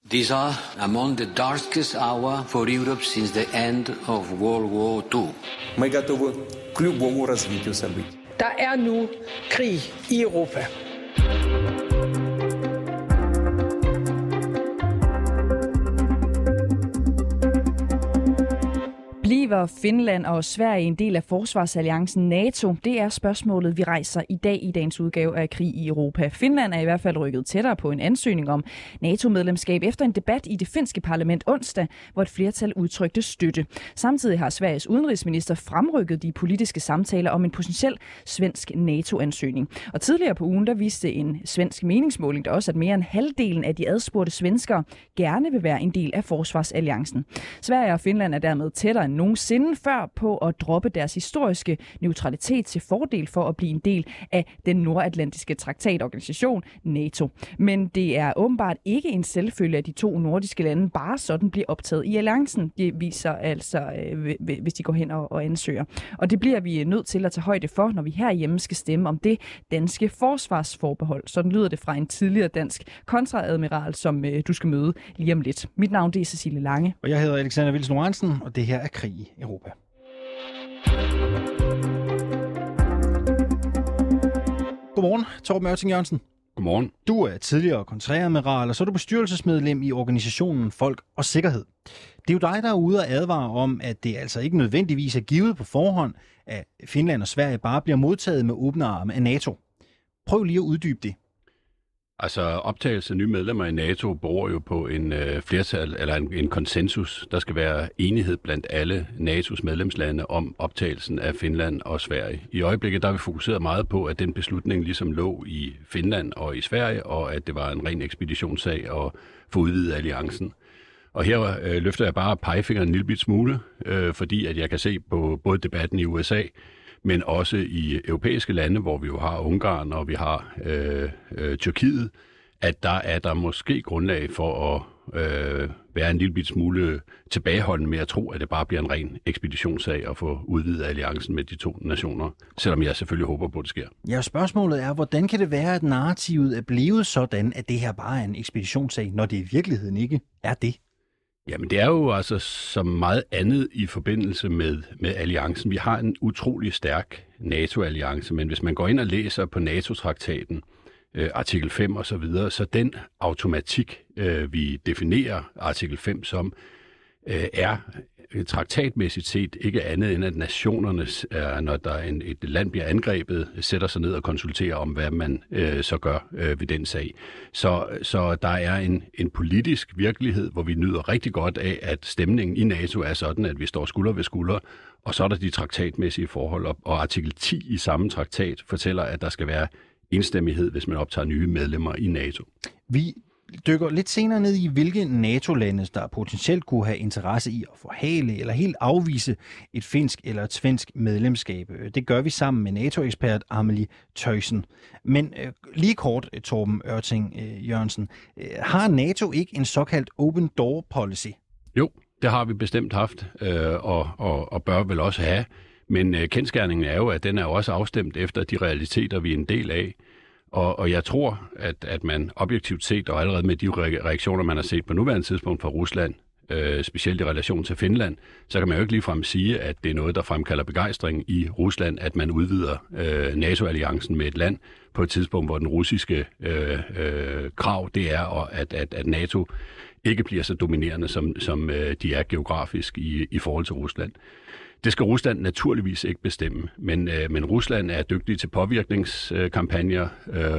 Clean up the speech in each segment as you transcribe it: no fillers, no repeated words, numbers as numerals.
These are among the darkest hours for Europe since the end of World War II. Мы готовы к любому развитию событий. Der er nu krig i Europa. Bliver Finland og Sverige en del af forsvarsalliancen NATO? Det er spørgsmålet, vi rejser i dag i dagens udgave af Krig i Europa. Finland er i hvert fald rykket tættere på en ansøgning om NATO-medlemskab efter en debat i det finske parlament onsdag, hvor et flertal udtrykte støtte. Samtidig har Sveriges udenrigsminister fremrykket de politiske samtaler om en potentiel svensk NATO-ansøgning. Og tidligere på ugen, der viste en svensk meningsmåling der også, at mere end halvdelen af de adspurgte svenskere gerne vil være en del af forsvarsalliancen. Sverige og Finland er dermed tættere end nogensinde før på at droppe deres historiske neutralitet til fordel for at blive en del af den nordatlantiske traktatorganisation NATO. Men det er åbenbart ikke en selvfølge, at de to nordiske lande bare sådan bliver optaget i alliancen. Det viser altså, hvis de går hen og ansøger. Og det bliver vi nødt til at tage højde for, når vi herhjemme skal stemme om det danske forsvarsforbehold. Sådan lyder det fra en tidligere dansk kontreadmiral, som du skal møde lige om lidt. Mit navn det er Cecilie Lange. Og jeg hedder Alexander Wilson Lorentzen, og det her er Krig i Europa. Godmorgen, Torben Ørting Jørgensen. Godmorgen. Du er tidligere kontreadmiral, og så er du bestyrelsesmedlem i organisationen Folk og Sikkerhed. Det er jo dig, der er ude og advare om, at det altså ikke nødvendigvis er givet på forhånd, at Finland og Sverige bare bliver modtaget med åbne arme af NATO. Prøv lige at uddybe det. Altså optagelse af nye medlemmer i NATO beror jo på en flertal eller en konsensus. Der skal være enighed blandt alle NATO's medlemslande om optagelsen af Finland og Sverige. I øjeblikket der har vi fokuseret meget på, at den beslutning ligesom lå i Finland og i Sverige, og at det var en ren ekspeditionssag at få udvidet alliancen. Og her løfter jeg bare pegefingeren en lille bit smule, fordi at jeg kan se på både debatten i USA, men også i europæiske lande, hvor vi jo har Ungarn og vi har Tyrkiet, at der er der måske grundlag for at være en lille bit smule tilbageholdende med at tro, at det bare bliver en ren ekspeditionssag at få udvidet alliancen med de to nationer, selvom jeg selvfølgelig håber på, at det sker. Ja, spørgsmålet er, hvordan kan det være, at narrativet er blevet sådan, at det her bare er en ekspeditionssag, når det i virkeligheden ikke er det? Jamen det er jo altså som meget andet i forbindelse med alliancen. Vi har en utrolig stærk NATO-alliance, men hvis man går ind og læser på NATO-traktaten, artikel 5 og så videre, så den automatik, vi definerer artikel 5 som, er traktatmæssigt set ikke andet end, at nationerne, når et land bliver angrebet, sætter sig ned og konsulterer om, hvad man så gør ved den sag. Så der er en politisk virkelighed, hvor vi nyder rigtig godt af, at stemningen i NATO er sådan, at vi står skulder ved skulder, og så er der de traktatmæssige forhold, og artikel 10 i samme traktat fortæller, at der skal være enstemmighed, hvis man optager nye medlemmer i NATO. Vi dykker lidt senere ned i, hvilke NATO-lande, der potentielt kunne have interesse i at forhale eller helt afvise et finsk eller et svensk medlemskab. Det gør vi sammen med NATO-ekspert Amelie Thøjsen. Men lige kort, Torben Ørting Jørgensen, har NATO ikke en såkaldt open door policy? Jo, det har vi bestemt haft, og bør vel også have. Men kendsgerningen er jo, at den er også afstemt efter de realiteter, vi er en del af. Og jeg tror, at man objektivt set, og allerede med de reaktioner, man har set på nuværende tidspunkt fra Rusland, specielt i relation til Finland, så kan man jo ikke ligefrem sige, at det er noget, der fremkalder begejstring i Rusland, at man udvider NATO-alliancen med et land på et tidspunkt, hvor den russiske krav, det er, at NATO ikke bliver så dominerende, som de er geografisk i forhold til Rusland. Det skal Rusland naturligvis ikke bestemme, men Rusland er dygtig til påvirkningskampagner.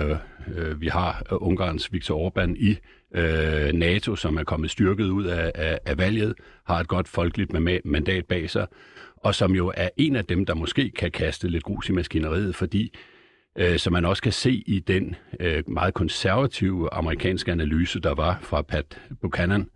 Vi har Ungarns Viktor Orbán i NATO, som er kommet styrket ud af valget, har et godt folkeligt mandat bag sig, og som jo er en af dem, der måske kan kaste lidt grus i maskineriet, fordi som man også kan se i den meget konservative amerikanske analyse, der var fra Pat Buchanan,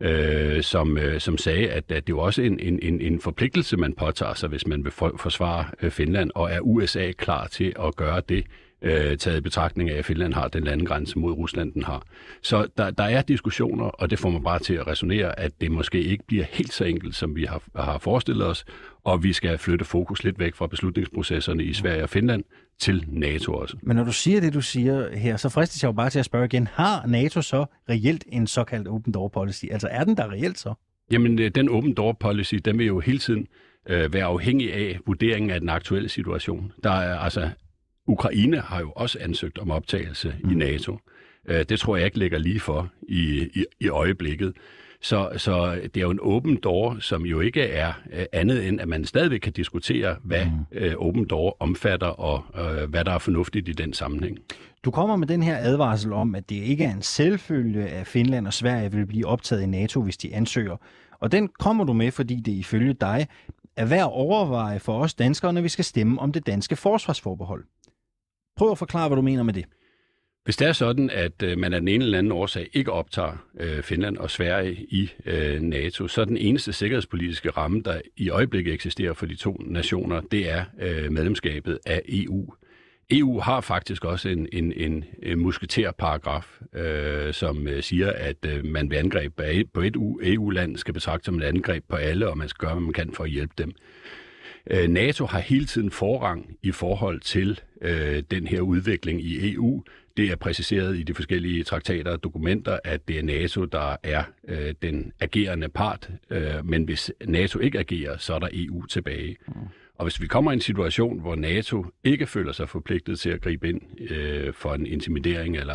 som sagde, at det er jo også en forpligtelse, man påtager sig, hvis man vil forsvare Finland, og er USA klar til at gøre det, taget i betragtning af, at Finland har den landegrænse mod Rusland, den har. Så der er diskussioner, og det får man bare til at resonere, at det måske ikke bliver helt så enkelt, som vi har forestillet os, og vi skal flytte fokus lidt væk fra beslutningsprocesserne i Sverige og Finland til NATO også. Men når du siger det, du siger her, så fristes jeg jo bare til at spørge igen, har NATO så reelt en såkaldt open door policy? Altså er den der reelt så? Jamen, den open door policy, den vil jo hele tiden være afhængig af vurderingen af den aktuelle situation. Der er altså Ukraine har jo også ansøgt om optagelse i NATO. Det tror jeg ikke ligger lige for i øjeblikket. Så det er jo en open door, som jo ikke er andet end, at man stadigvæk kan diskutere, hvad open door omfatter, og hvad der er fornuftigt i den sammenhæng. Du kommer med den her advarsel om, at det ikke er en selvfølge, at Finland og Sverige vil blive optaget i NATO, hvis de ansøger. Og den kommer du med, fordi det ifølge dig er værd at overveje for os danskere, når vi skal stemme om det danske forsvarsforbehold. Prøv at forklare, hvad du mener med det. Hvis det er sådan, at man af den ene eller anden årsag ikke optager Finland og Sverige i NATO, så er den eneste sikkerhedspolitiske ramme, der i øjeblikket eksisterer for de to nationer, det er medlemskabet af EU. EU har faktisk også en musketærparagraf, som siger, at man ved angreb på et EU-land skal betragte som et angreb på alle, og man skal gøre, hvad man kan for at hjælpe dem. NATO har hele tiden forrang i forhold til den her udvikling i EU. Det er præciseret i de forskellige traktater og dokumenter, at det er NATO, der er den agerende part, men hvis NATO ikke agerer, så er der EU tilbage. Og hvis vi kommer i en situation, hvor NATO ikke føler sig forpligtet til at gribe ind for en intimidering eller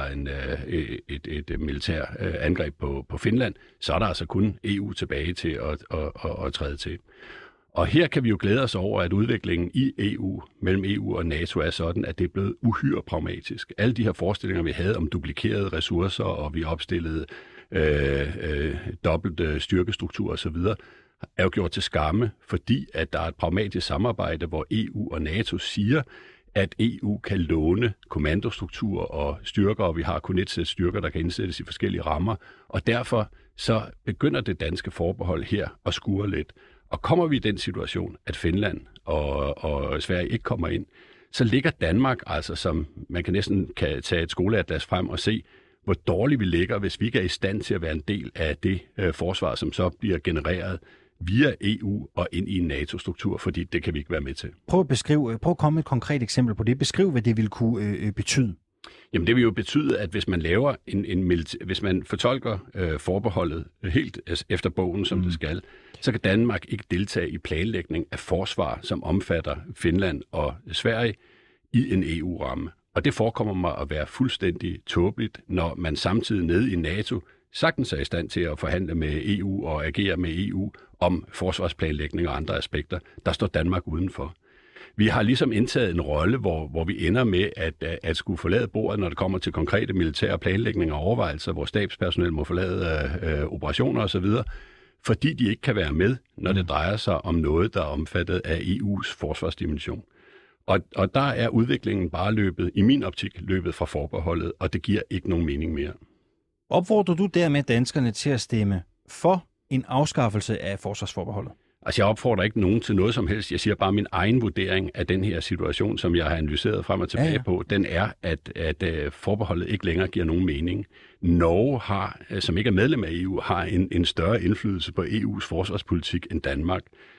et militær angreb på Finland, så er der altså kun EU tilbage til at træde til. Og her kan vi jo glæde os over, at udviklingen i EU, mellem EU og NATO, er sådan, at det er blevet uhyre pragmatisk. Alle de her forestillinger, vi havde om duplikerede ressourcer, og vi opstillede dobbelt styrkestruktur osv., er jo gjort til skamme, fordi at der er et pragmatisk samarbejde, hvor EU og NATO siger, at EU kan låne kommandostruktur og styrker, og vi har kun et sæt styrker, der kan indsættes i forskellige rammer, og derfor så begynder det danske forbehold her at skure lidt. Og kommer vi i den situation, at Finland og Sverige ikke kommer ind, så ligger Danmark altså, som man kan næsten tage et skoleatlas frem og se, hvor dårligt vi ligger, hvis vi ikke er i stand til at være en del af det forsvar, som så bliver genereret via EU og ind i en NATO-struktur, fordi det kan vi ikke være med til. Prøv at komme med et konkret eksempel på det. Beskriv, hvad det vil kunne betyde. Jamen det vil jo betyde, at hvis man laver hvis man fortolker forbeholdet helt efter bogen, som det skal, så kan Danmark ikke deltage i planlægning af forsvar, som omfatter Finland og Sverige i en EU-ramme. Og det forekommer mig at være fuldstændig tåbeligt, når man samtidig nede i NATO sagtens er i stand til at forhandle med EU og agere med EU om forsvarsplanlægning og andre aspekter. Der står Danmark udenfor. Vi har ligesom indtaget en rolle, hvor vi ender med at skulle forlade bordet, når det kommer til konkrete militære planlægninger og overvejelser, hvor stabspersonel må forlade operationer osv., fordi de ikke kan være med, når det drejer sig om noget, der er omfattet af EU's forsvarsdimension. Og der er udviklingen bare i min optik løbet fra forbeholdet, og det giver ikke nogen mening mere. Opfordrer du dermed danskerne til at stemme for en afskaffelse af forsvarsforbeholdet? Altså, jeg opfordrer ikke nogen til noget som helst. Jeg siger bare, min egen vurdering af den her situation, som jeg har analyseret frem og tilbage på, den er, at forbeholdet ikke længere giver nogen mening. Norge har, som ikke er medlem af EU, har en større indflydelse på EU's forsvarspolitik end Danmark.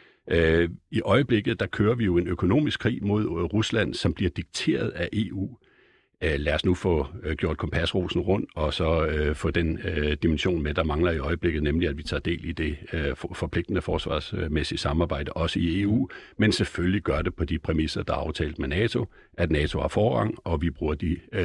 I øjeblikket, der kører vi jo en økonomisk krig mod Rusland, som bliver dikteret af EU. Lad os nu få gjort kompasrosen rundt, og så få den dimension med, der mangler i øjeblikket, nemlig at vi tager del i det forpligtende forsvarsmæssige samarbejde, også i EU, men selvfølgelig gør det på de præmisser, der er aftalt med NATO, at NATO har forrang, og vi bruger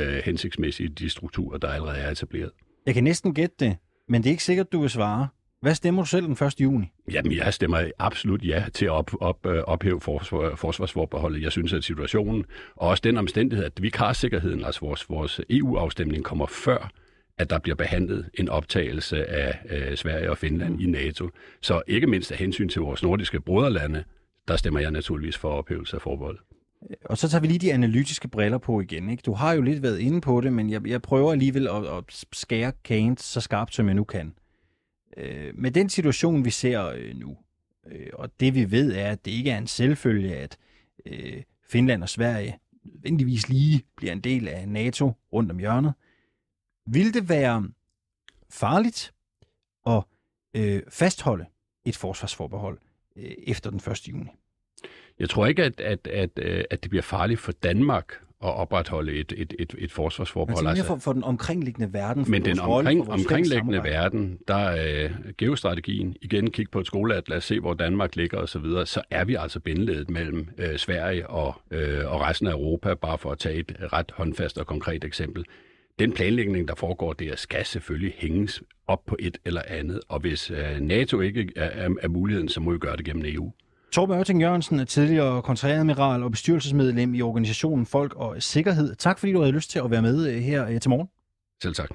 de strukturer, der allerede er etableret. Jeg kan næsten gætte det, men det er ikke sikkert, du vil svare. Hvad stemmer du selv den 1. juni? Jamen, jeg stemmer absolut ja til at ophæve forsvarsforbeholdet. Jeg synes, at situationen, og også den omstændighed, at vikarsikkerheden, altså vores EU-afstemning, kommer før, at der bliver behandlet en optagelse af Sverige og Finland i NATO. Så ikke mindst af hensyn til vores nordiske broderlande, der stemmer jeg naturligvis for ophævelse af forbeholdet. Og så tager vi lige de analytiske briller på igen, ikke? Du har jo lidt været inde på det, men jeg prøver alligevel at skære kagen så skarpt, som jeg nu kan. Med den situation, vi ser nu, og det vi ved er, at det ikke er en selvfølge, at Finland og Sverige nødvendigvis lige bliver en del af NATO rundt om hjørnet. Vil det være farligt at fastholde et forsvarsforbehold efter den 1. juni? Jeg tror ikke, at det bliver farligt for Danmark at opretholde et forsvarsforbehold. Altså for den omkringliggende verden. Men den omkringliggende verden, der er geostrategien, igen kig på et skoleatlas, se hvor Danmark ligger osv., så er vi altså bindeleddet mellem Sverige og resten af Europa, bare for at tage et ret håndfast og konkret eksempel. Den planlægning, der foregår der, skal selvfølgelig hænges op på et eller andet, og hvis NATO ikke er muligheden, så må vi gøre det gennem EU. Torben Ørting Jørgensen er tidligere kontreadmiral og bestyrelsesmedlem i organisationen Folk og Sikkerhed. Tak fordi du havde lyst til at være med her til morgen. Selv tak.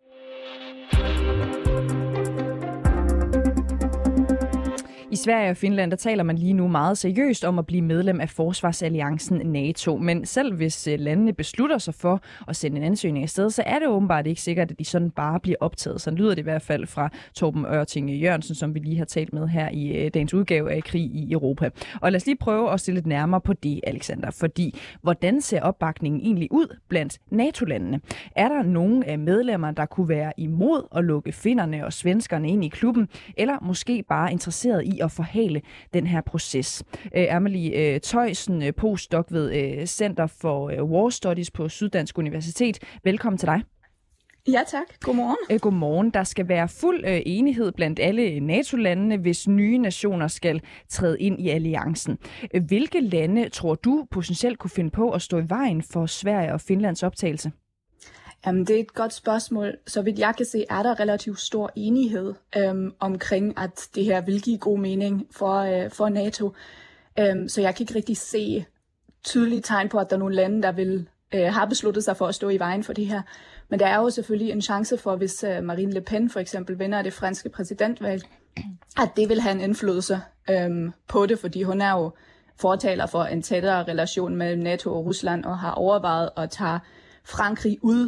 I Sverige og Finland, der taler man lige nu meget seriøst om at blive medlem af forsvarsalliancen NATO. Men selv hvis landene beslutter sig for at sende en ansøgning afsted, så er det åbenbart ikke sikkert, at de sådan bare bliver optaget. Sådan lyder det i hvert fald fra Torben Ørting Jørgensen, som vi lige har talt med her i dagens udgave af Krig i Europa. Og lad os lige prøve at stille lidt nærmere på det, Alexander. Fordi hvordan ser opbakningen egentlig ud blandt NATO-landene? Er der nogen af medlemmer, der kunne være imod at lukke finnerne og svenskerne ind i klubben, eller måske bare interesseret i at forhale den her proces? Amelie Tøjsen, postdoc ved Center for War Studies på Syddansk Universitet. Velkommen til dig. Ja tak, godmorgen. Godmorgen. Der skal være fuld enighed blandt alle NATO-landene, hvis nye nationer skal træde ind i alliancen. Hvilke lande tror du potentielt kunne finde på at stå i vejen for Sverige og Finlands optagelse? Jamen, det er et godt spørgsmål. Så vidt jeg kan se, er der relativt stor enighed omkring, at det her vil give god mening for NATO. Så jeg kan ikke rigtig se tydelige tegn på, at der er nogle lande, der vil have besluttet sig for at stå i vejen for det her. Men der er jo selvfølgelig en chance for, hvis Marine Le Pen for eksempel vinder det franske præsidentvalg, at det vil have en indflydelse på det, fordi hun er jo fortaler for en tættere relation mellem NATO og Rusland og har overvejet at tage Frankrig ud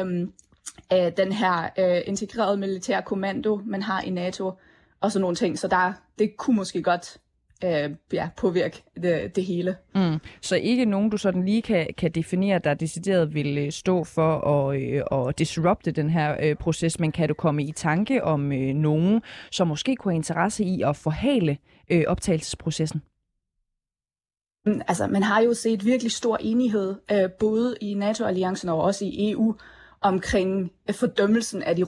af den her integrerede militære kommando, man har i NATO, og sådan nogle ting. Så det kunne måske godt påvirke det hele. Så ikke nogen, du sådan lige kan definere, der decideret vil stå for at disrupte den her proces, men kan du komme i tanke om nogen, som måske kunne have interesse i at forhale optagelsesprocessen? Altså, man har jo set virkelig stor enighed, både i NATO-alliancen og også i EU, omkring fordømmelsen af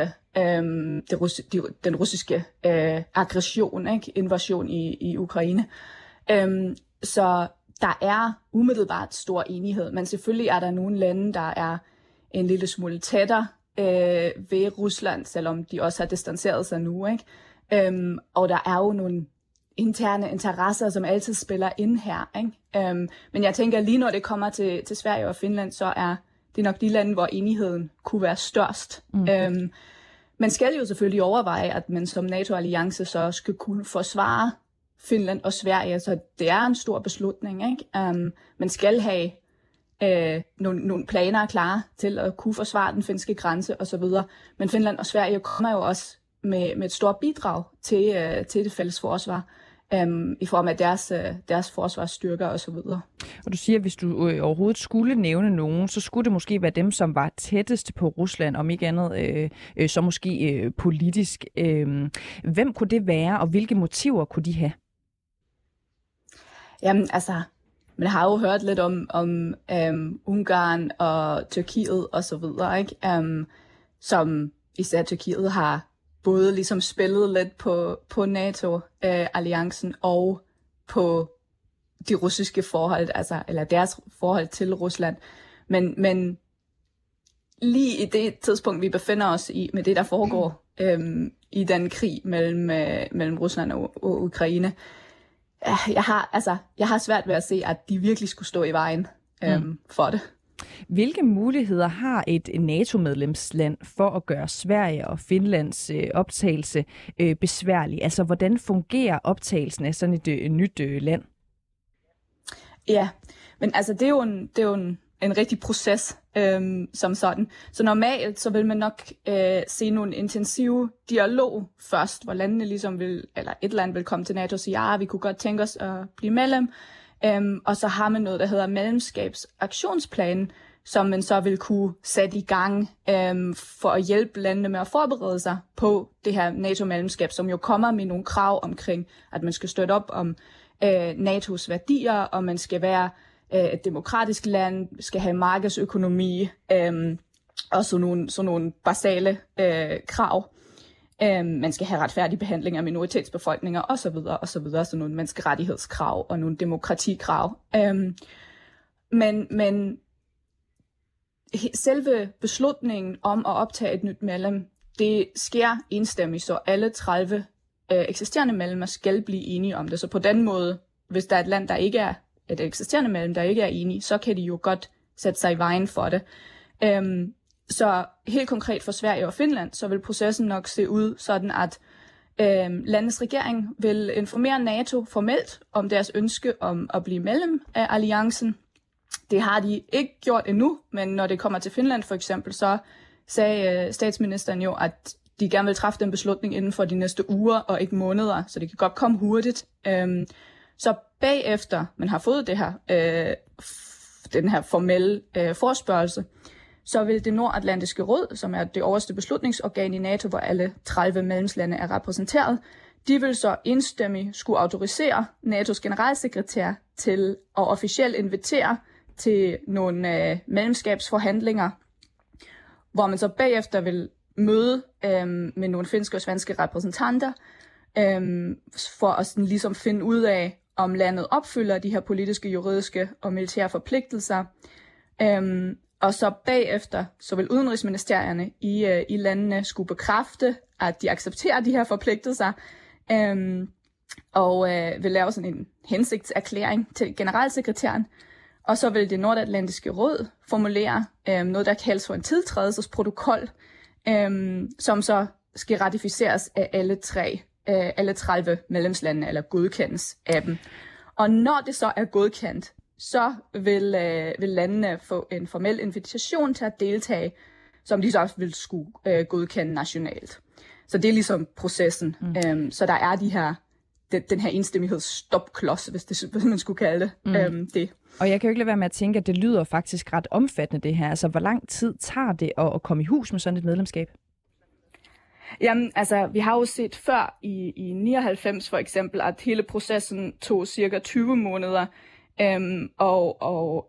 den russiske aggression, ikke? Invasion i Ukraine. Så der er umiddelbart stor enighed, men selvfølgelig er der nogle lande, der er en lille smule tættere ved Rusland, selvom de også har distanceret sig nu, ikke? Og der er jo nogle interne interesser, som altid spiller ind her, ikke? Men jeg tænker, lige når det kommer til Sverige og Finland, så er det nok de lande, hvor enigheden kunne være størst. Man skal jo selvfølgelig overveje, at man som NATO-alliance så skal kunne forsvare Finland og Sverige, så det er en stor beslutning, ikke? Man skal have nogle planer klare til at kunne forsvare den finske grænse osv. Men Finland og Sverige kommer jo også med et stort bidrag til det fælles forsvar, i form af deres forsvarsstyrker osv. Og du siger, at hvis du overhovedet skulle nævne nogen, så skulle det måske være dem, som var tættest på Rusland, om ikke andet, så måske politisk. Hvem kunne det være, og hvilke motiver kunne de have? Jamen, altså, man har jo hørt lidt om Ungarn og Tyrkiet osv., ikke? Som især Tyrkiet har både ligesom spillet lidt på NATO-alliancen og på de russiske forhold, altså, eller deres forhold til Rusland. Men lige i det tidspunkt, vi befinder os i, med det, der foregår i den krig mellem Rusland og Ukraine, jeg har svært ved at se, at de virkelig skulle stå i vejen for det. Hvilke muligheder har et NATO-medlemsland for at gøre Sverige og Finlands optagelse besværlig? Altså, hvordan fungerer optagelsen af sådan et nyt land? Ja, men altså, det er jo en rigtig proces som sådan. Så normalt så vil man nok se nogle intensive dialog først, hvor landene ligesom et land vil komme til NATO og sige, ja, vi kunne godt tænke os at blive medlem. Og så har man noget, der hedder medlemskabsaktionsplan, som man så vil kunne sætte i gang for at hjælpe landene med at forberede sig på det her NATO-medlemskab, som jo kommer med nogle krav omkring, at man skal støtte op om NATO's værdier, og man skal være et demokratisk land, skal have markedsøkonomi, og sådan nogle basale krav. Man skal have retfærdig behandling af minoritetsbefolkninger osv., så nogle menneskerettighedskrav og nogle demokratikrav. Men selve beslutningen om at optage et nyt medlem, det sker enstemmigt, så alle 30 eksisterende medlemmer skal blive enige om det. Så på den måde, hvis der er et land, der ikke er et eksisterende medlem, der ikke er enige, så kan de jo godt sætte sig i vejen for det. Så helt konkret for Sverige og Finland, så vil processen nok se ud sådan, at landets regering vil informere NATO formelt om deres ønske om at blive medlem af alliancen. Det har de ikke gjort endnu, men når det kommer til Finland for eksempel, så sagde statsministeren jo, at de gerne vil træffe den beslutning inden for de næste uger og ikke måneder, så det kan godt komme hurtigt. Så bagefter man har fået det her, den her formelle forespørgsel, så vil det nordatlantiske råd, som er det øverste beslutningsorgan i NATO, hvor alle 30 medlemslande er repræsenteret, de vil så enstemmigt skulle autorisere NATO's generalsekretær til at officielt invitere til nogle medlemskabsforhandlinger, hvor man så bagefter vil møde med nogle finske og svenske repræsentanter, for at sådan ligesom finde ud af, om landet opfylder de her politiske, juridiske og militære forpligtelser. Og så bagefter, så vil udenrigsministerierne i landene skulle bekræfte, at de accepterer de her forpligtelser, og vil lave sådan en hensigtserklæring til generalsekretæren. Og så vil det nordatlantiske råd formulere noget, der kaldes for en tiltrædelsesprotokol, som så skal ratificeres af alle 30 medlemslande, eller godkendes af dem. Og når det så er godkendt, så vil landene få en formel invitation til at deltage, som de så også vil skulle godkende nationalt. Så det er ligesom processen. Så der er den her enstemmighedsstopklods, hvis man skulle kalde det. Og jeg kan jo ikke lade være med at tænke, at det lyder faktisk ret omfattende det her. Altså, hvor lang tid tager det at komme i hus med sådan et medlemskab? Jamen, altså, vi har jo set før i 99 for eksempel, at hele processen tog cirka 20 måneder, og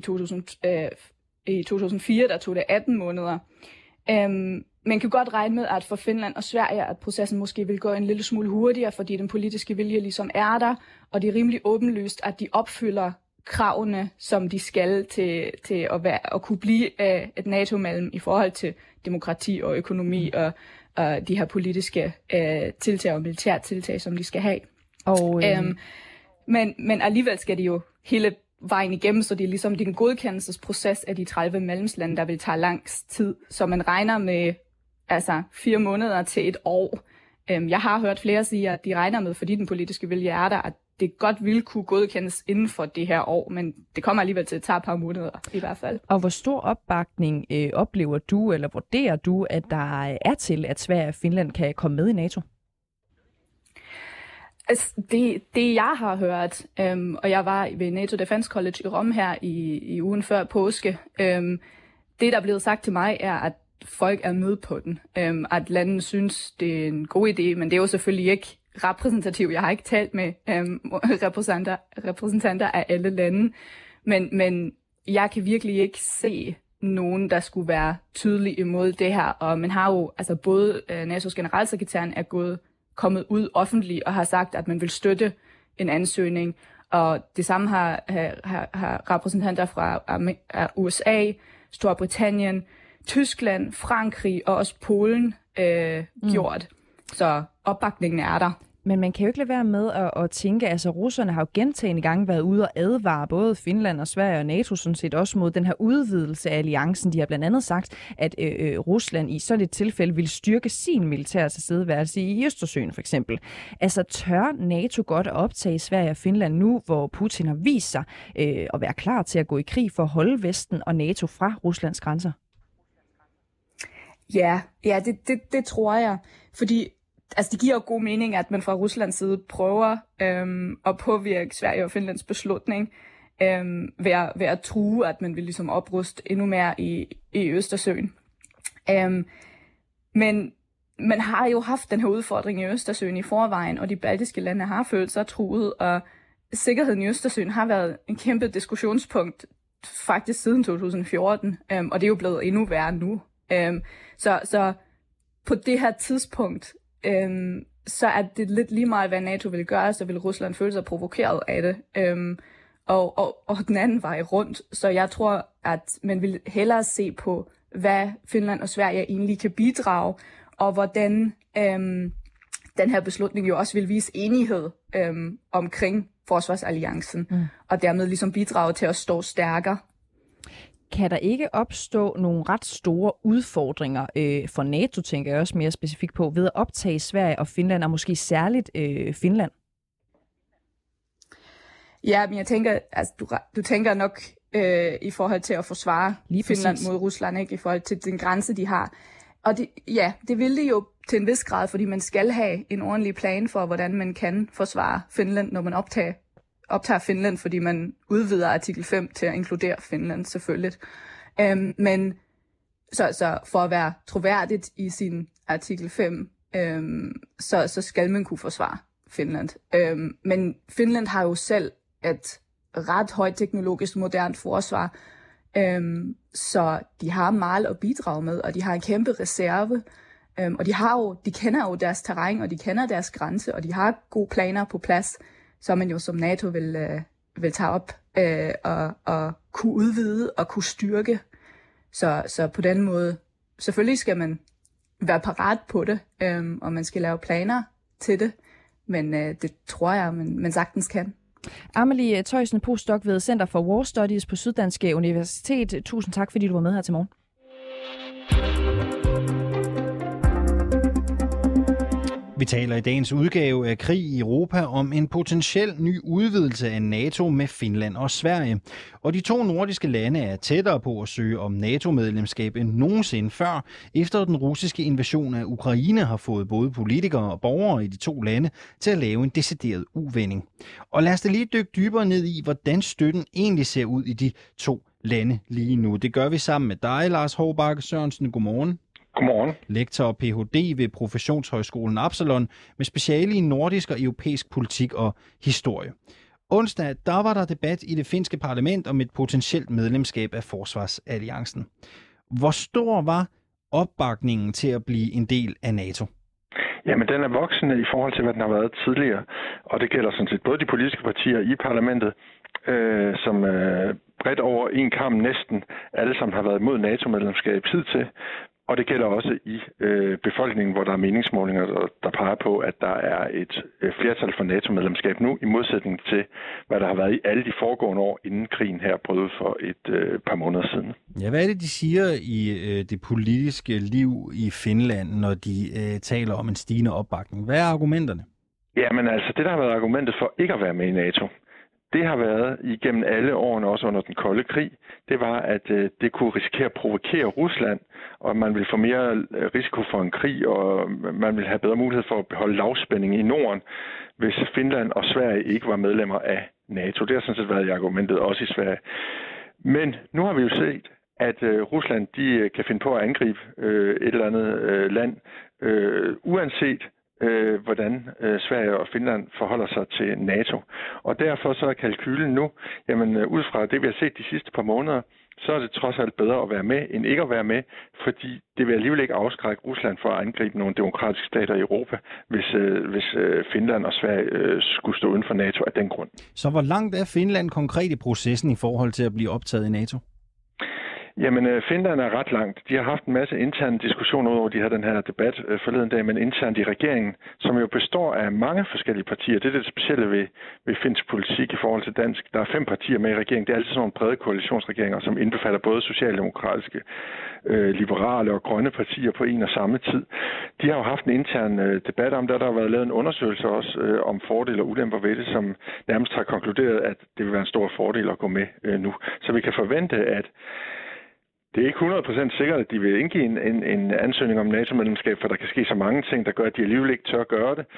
i 2004, der tog det 18 måneder. Man kan godt regne med, at for Finland og Sverige, at processen måske vil gå en lille smule hurtigere, fordi den politiske vilje ligesom er der, og det er rimelig åbenlyst, at de opfylder kravene, som de skal til at kunne blive et NATO-medlem i forhold til demokrati og økonomi og de her politiske tiltag og militære tiltag, som de skal have. Men alligevel skal de jo hele vejen igennem, så det er ligesom den godkendelsesproces af de 30 medlemslande, der vil tage lang tid. Så man regner med 4 måneder til et år. Jeg har hørt flere sige, at de regner med, fordi den politiske vilje er der, at det godt ville kunne godkendes inden for det her år, men det kommer alligevel til at tage et par måneder i hvert fald. Og hvor stor opbakning oplever du, eller vurderer du, at der er til, at Sverige og Finland kan komme med i NATO? Altså, det jeg har hørt, og jeg var ved NATO Defense College i Rom her i ugen før påske, det der er blevet sagt til mig er, at folk er med på den. At landene synes, det er en god idé, men det er jo selvfølgelig ikke repræsentativt. Jeg har ikke talt med repræsentanter af alle lande, men jeg kan virkelig ikke se nogen, der skulle være tydelige imod det her. Og man har jo, altså både NATO's generalsekretæren er kommet ud offentligt og har sagt, at man vil støtte en ansøgning, og det samme har repræsentanter fra USA, Storbritannien, Tyskland, Frankrig og også Polen gjort. Så opbakningen er der. Men man kan jo ikke lade være med at tænke, altså russerne har jo gentagne gange været ude og advare både Finland og Sverige og NATO sådan set også mod den her udvidelse af alliancen. De har blandt andet sagt, at Rusland i sådan et tilfælde vil styrke sin militære tilstedeværelse i Østersøen for eksempel. Altså tør NATO godt at optage Sverige og Finland nu, hvor Putin har vist sig at være klar til at gå i krig for at holde Vesten og NATO fra Ruslands grænser? Ja, det tror jeg. Fordi altså det giver jo god mening, at man fra Ruslands side prøver at påvirke Sverige og Finlands beslutning ved at true, at man vil ligesom opruste endnu mere i Østersøen. Men man har jo haft den her udfordring i Østersøen i forvejen, og de baltiske lande har følt sig truet, og sikkerheden i Østersøen har været en kæmpe diskussionspunkt faktisk siden 2014, og det er jo blevet endnu værre nu. Så på det her tidspunkt, så er det lidt lige meget, hvad NATO vil gøre, så vil Rusland føle sig provokeret af det, og den anden vej rundt. Så jeg tror, at man vil hellere se på, hvad Finland og Sverige egentlig kan bidrage, og hvordan den her beslutning jo også vil vise enighed omkring forsvarsalliancen, og dermed ligesom bidrage til at stå stærkere. Kan der ikke opstå nogle ret store udfordringer for NATO, tænker jeg også mere specifikt på, ved at optage Sverige og Finland, og måske særligt Finland? Ja, men jeg tænker, altså, du tænker nok i forhold til at forsvare Finland mod Rusland, ikke? I forhold til den grænse, de har. Og det vil det jo til en vis grad, fordi man skal have en ordentlig plan for, hvordan man kan forsvare Finland, når man optager Finland, fordi man udvider artikel 5 til at inkludere Finland selvfølgelig. Men så for at være troværdigt i sin artikel 5, så skal man kunne forsvare Finland. Men Finland har jo selv et ret højt teknologisk moderne forsvar, så de har meget at bidrage med, og de har en kæmpe reserve, og de kender jo deres terræn, og de kender deres grænse, og de har gode planer på plads, så man jo som NATO vil tage op og kunne udvide og kunne styrke. Så på den måde, selvfølgelig skal man være parat på det, og man skal lave planer til det, men det tror jeg, man sagtens kan. Amelie Tøjsen, postdoc ved Center for War Studies på Syddanske Universitet. Tusind tak, fordi du var med her til morgen. Vi taler i dagens udgave af Krig i Europa om en potentiel ny udvidelse af NATO med Finland og Sverige. Og de to nordiske lande er tættere på at søge om NATO-medlemskab end nogensinde før, efter den russiske invasion af Ukraine har fået både politikere og borgere i de to lande til at lave en decideret uvending. Og lad os da lige dykke dybere ned i, hvordan støtten egentlig ser ud i de to lande lige nu. Det gør vi sammen med dig, Lars Hovbakke Sørensen. Godmorgen. Godmorgen. Lektor og Ph.D. ved Professionshøjskolen Absalon med speciale i nordisk og europæisk politik og historie. Onsdag, der var der debat i det finske parlament om et potentielt medlemskab af Forsvarsalliancen. Hvor stor var opbakningen til at blive en del af NATO? Jamen, den er voksende i forhold til, hvad den har været tidligere. Og det gælder sådan set både de politiske partier i parlamentet, som bredt over en kam næsten alle sammen har været mod NATO-medlemskab hidtil. Og det gælder også i befolkningen, hvor der er meningsmålinger, der peger på, at der er et flertal for NATO-medlemskab nu, i modsætning til, hvad der har været i alle de foregående år, inden krigen her brød for et par måneder siden. Ja, hvad er det, de siger i det politiske liv i Finland, når de taler om en stigende opbakning? Hvad er argumenterne? Jamen altså, det der har været argumentet for ikke at være med i NATO, det har været igennem alle årene, også under den kolde krig, det var, at det kunne risikere at provokere Rusland, og man ville få mere risiko for en krig, og man ville have bedre mulighed for at beholde lavspænding i Norden, hvis Finland og Sverige ikke var medlemmer af NATO. Det har sådan set været i argumentet også i Sverige. Men nu har vi jo set, at Rusland de kan finde på at angribe et eller andet land, uanset hvordan Sverige og Finland forholder sig til NATO. Og derfor så er kalkylen nu, jamen ud fra det, vi har set de sidste par måneder, så er det trods alt bedre at være med, end ikke at være med, fordi det vil alligevel ikke afskrække Rusland for at angribe nogle demokratiske stater i Europa, hvis Finland og Sverige skulle stå uden for NATO af den grund. Så hvor langt er Finland konkret i processen i forhold til at blive optaget i NATO? Jamen, Finland er ret langt. De har haft en masse interne diskussioner, hvor de har den her debat forleden dag, men internt i regeringen, som jo består af mange forskellige partier. Det er det specielle ved finsk politik i forhold til dansk. Der er 5 partier med i regeringen. Det er altid sådan nogle brede koalitionsregeringer, som indbefatter både socialdemokratiske, liberale og grønne partier på en og samme tid. De har jo haft en intern debat om det, der har været lavet en undersøgelse også om fordele og ulemper ved det, som nærmest har konkluderet, at det vil være en stor fordel at gå med nu. Så vi kan forvente, at Det er ikke 100% sikkert, at de vil indgive en ansøgning om NATO-medlemskab, for der kan ske så mange ting, der gør, at de alligevel ikke tør gøre det.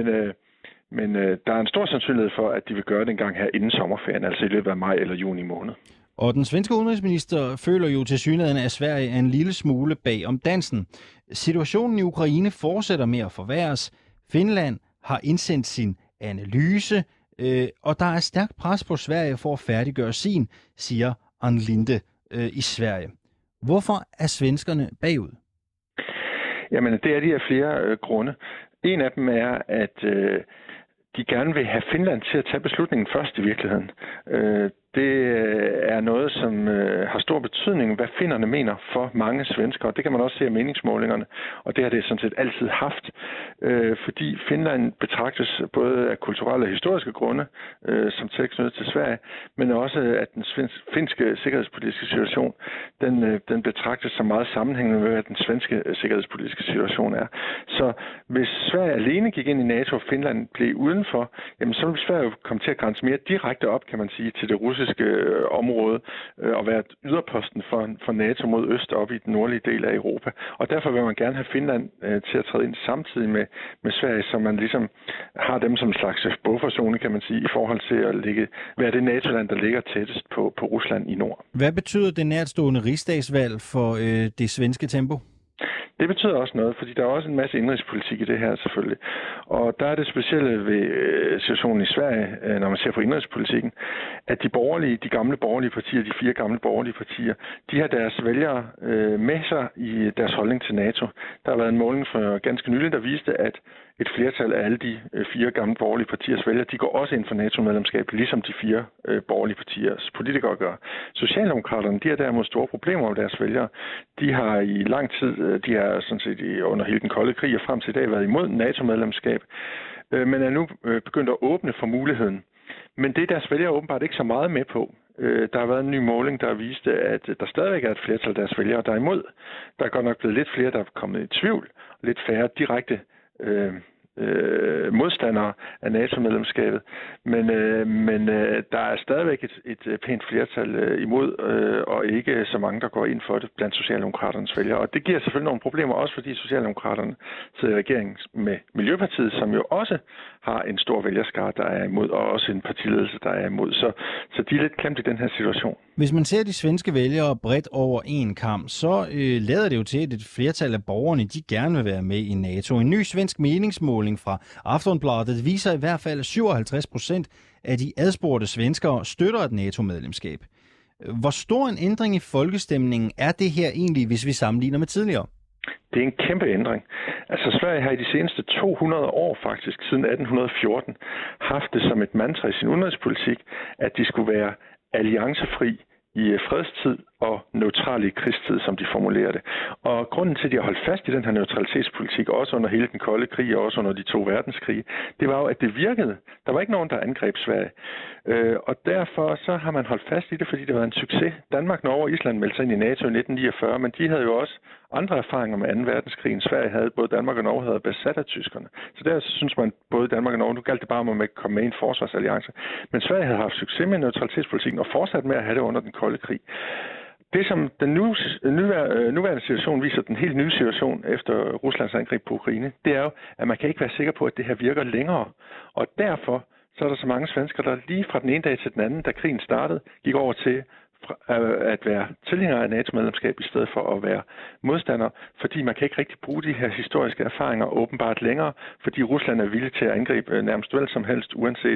Men der er en stor sandsynlighed for, at de vil gøre det en gang her inden sommerferien, altså i løbet af maj eller juni måned. Og den svenske udenrigsminister føler jo tilsyneladende, at Sverige er en lille smule bag om dansen. Situationen i Ukraine fortsætter med at forværres. Finland har indsendt sin analyse, og der er stærkt pres på Sverige for at færdiggøre sin, siger Ann Linde i Sverige. Hvorfor er svenskerne bagud? Jamen, det er de af flere grunde. En af dem er, at de gerne vil have Finland til at tage beslutningen først i virkeligheden. Det er noget, som har stor betydning, hvad finnerne mener for mange svenskere. Det kan man også se af meningsmålingerne, og det har det sådan set altid haft. Fordi Finland betragtes både af kulturelle og historiske grunde som tæt knyttet til Sverige, men også at den finske sikkerhedspolitiske situation, den betragtes som meget sammenhængende med, hvad den svenske sikkerhedspolitiske situation er. Så hvis Sverige alene gik ind i NATO og Finland blev udenfor, jamen så vil Sverige komme til at grænse mere direkte op, kan man sige, til det russiske område og være yderposten for NATO mod øst op i den nordlige del af Europa. Og derfor vil man gerne have Finland til at træde ind samtidig med Sverige, så man ligesom har dem som en slags bufferzone, kan man sige, i forhold til at være det NATO-land, der ligger tættest på Rusland i nord. Hvad betyder det nærtstående rigsdagsvalg for det svenske tempo? Det betyder også noget, fordi der er også en masse indrigspolitik i det her selvfølgelig. Og der er det specielle ved situationen i Sverige, når man ser på indrigspolitikken, at de gamle borgerlige partier, de 4 gamle borgerlige partier, de har deres vælgere med sig i deres holdning til NATO. Der har været en måling for ganske nylig, der viste, at et flertal af alle de 4 gamle borgerlige partiers vælgere, de går også ind for NATO-medlemskab, ligesom de 4 borgerlige partiers politikere gør. Socialdemokraterne, de har derimod store problemer med deres vælgere. De har i lang tid, de har sådan set under hele den kolde krig og frem til i dag været imod NATO-medlemskab, men er nu begyndt at åbne for muligheden. Men det er deres vælgere åbenbart ikke så meget med på. Der har været en ny måling, der viste, at der stadigvæk er et flertal af deres vælgere, der er imod. Der er godt nok blevet lidt flere, der er kommet i tvivl, lidt færre direkte modstandere af NATO-medlemskabet, men der er stadigvæk et pænt flertal imod, og ikke så mange, der går ind for det blandt Socialdemokraternes vælgere. Og det giver selvfølgelig nogle problemer, også fordi Socialdemokraterne sidder i regeringen med Miljøpartiet, som jo også har en stor vælgerskare, der er imod, og også en partiledelse, der er imod. Så de er lidt klemt i den her situation. Hvis man ser de svenske vælgere bredt over en kam, så lader det jo til, at et flertal af borgerne, de gerne vil være med i NATO. En ny svensk meningsmåling fra Aftonbladet viser i hvert fald, at 57% af de adspurgte svenskere støtter et NATO-medlemskab. Hvor stor en ændring i folkestemningen er det her egentlig, hvis vi sammenligner med tidligere? Det er en kæmpe ændring. Altså Sverige har i de seneste 200 år faktisk, siden 1814, haft det som et mantra i sin udenrigspolitik, at de skulle være alliancefri i fredstid og neutral i krigstid, som de formulerer det. Og grunden til, at de har holdt fast i den her neutralitetspolitik, også under hele den kolde krig og også under de 2 verdenskrige, det var jo, at det virkede. Der var ikke nogen, der angreb Sverige. Og derfor så har man holdt fast i det, fordi det var en succes. Danmark, Norge og Island meldte sig ind i NATO i 1949, men de havde jo også andre erfaringer med 2. verdenskrig, end Sverige havde. Både Danmark og Norge havde besat af tyskerne. Så der synes man, både Danmark og Norge, nu galt det bare om at komme med i en forsvarsalliance. Men Sverige havde haft succes med neutralitetspolitikken og fortsat med at have det under den kolde krig. Det, som den nuværende situation viser, den helt nye situation efter Ruslands angreb på Ukraine, det er jo, at man kan ikke være sikker på, at det her virker længere. Og derfor så er der så mange svenskere, der lige fra den ene dag til den anden, da krigen startede, gik over til at være tilhængere af NATO-medlemskab i stedet for at være modstandere, fordi man kan ikke rigtig bruge de her historiske erfaringer åbenbart længere, fordi Rusland er villig til at angribe nærmest vel som helst,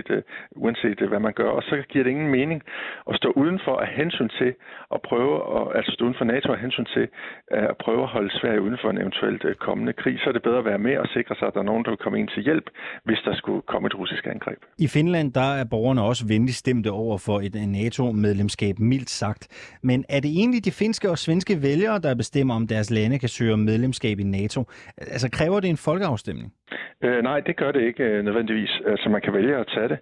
uanset hvad man gør. Og så giver det ingen mening at stå udenfor af hensyn til at prøve, altså stå uden for NATO af hensyn til at prøve at holde Sverige uden for en eventuelt kommende krig. Så er det bedre at være med og sikre sig, at der er nogen, der vil komme ind til hjælp, hvis der skulle komme et russisk angreb. I Finland der er borgerne også venligt stemte over for et NATO-medlemskab, mildt sagt. Men er det egentlig de finske og svenske vælgere, der bestemmer, om deres lande kan søge om medlemskab i NATO? Altså kræver det en folkeafstemning? Nej, det gør det ikke nødvendigvis. Altså man kan vælge at tage det.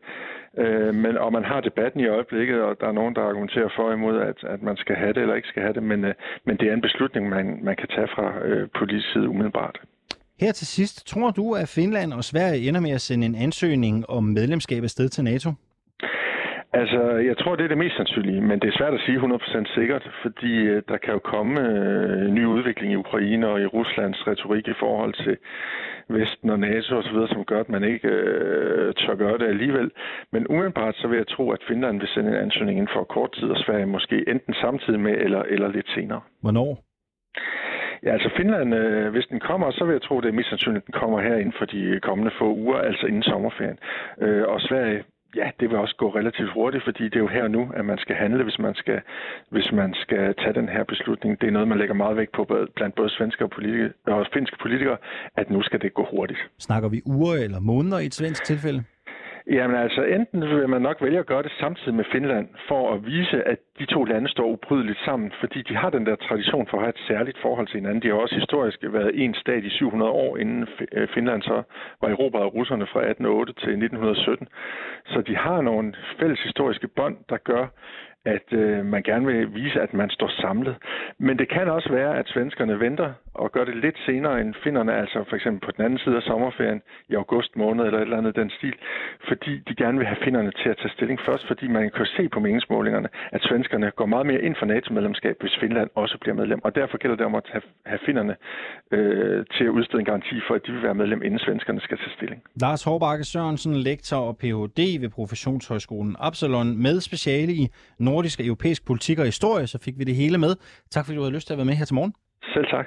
Og man har debatten i øjeblikket, og der er nogen, der argumenterer for imod, at man skal have det eller ikke skal have det. Men det er en beslutning, man kan tage fra politisk side umiddelbart. Her til sidst, tror du, at Finland og Sverige ender med at sende en ansøgning om medlemskab afsted til NATO? Altså, jeg tror, det er det mest sandsynlige, men det er svært at sige 100% sikkert, fordi der kan jo komme ny udvikling i Ukraine og i Ruslands retorik i forhold til Vesten og NATO osv., som gør, at man ikke tør gøre det alligevel. Men umiddelbart så vil jeg tro, at Finland vil sende en ansøgning inden for kort tid, og Sverige måske enten samtidig med eller lidt senere. Hvornår? Ja, altså Finland, hvis den kommer, så vil jeg tro, det er mest sandsynligt, at den kommer her inden for de kommende få uger, altså inden sommerferien. Og Sverige, ja, det vil også gå relativt hurtigt, fordi det er jo her nu, at man skal handle, hvis man skal tage den her beslutning. Det er noget, man lægger meget vægt på blandt både svenske og finske politikere, at nu skal det gå hurtigt. Snakker vi uger eller måneder i et svensk tilfælde? Jamen altså, enten vil man nok vælge at gøre det samtidig med Finland, for at vise, at de to lande står ubrydeligt sammen, fordi de har den der tradition for at have et særligt forhold til hinanden. De har også historisk været en stat i 700 år, inden Finland så var erobret af russerne fra 1808 til 1917. Så de har nogle fælles historiske bånd, der gør, at man gerne vil vise, at man står samlet. Men det kan også være, at svenskerne venter og gør det lidt senere end finnerne, altså for eksempel på den anden side af sommerferien i august måned eller et eller andet den stil, fordi de gerne vil have finnerne til at tage stilling først, fordi man kan se på meningsmålingerne, at svenskerne går meget mere ind for NATO-medlemskab, hvis Finland også bliver medlem. Og derfor gælder det om at have finnerne til at udstede en garanti for, at de vil være medlem, inden svenskerne skal tage stilling. Lars Hårbakke Sørensen, lektor og Ph.D. ved Professionshøjskolen Absalon med speciale i nordisk og europæisk politik og historie, så fik vi det hele med. Tak fordi du havde lyst til at være med her til morgen. Selv tak.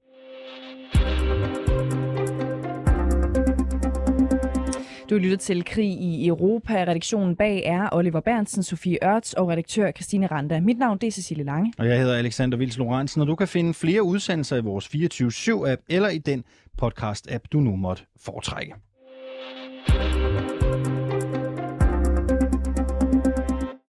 Du lytter til Krig i Europa. Redaktionen bag er Oliver Berntsen, Sofie Ørts og redaktør Christine Randa. Mit navn det er Cecilie Lange. Og jeg hedder Alexander Vils Lorentzen, og du kan finde flere udsendelser i vores 24/7-app eller i den podcast-app, du nu måtte foretrække.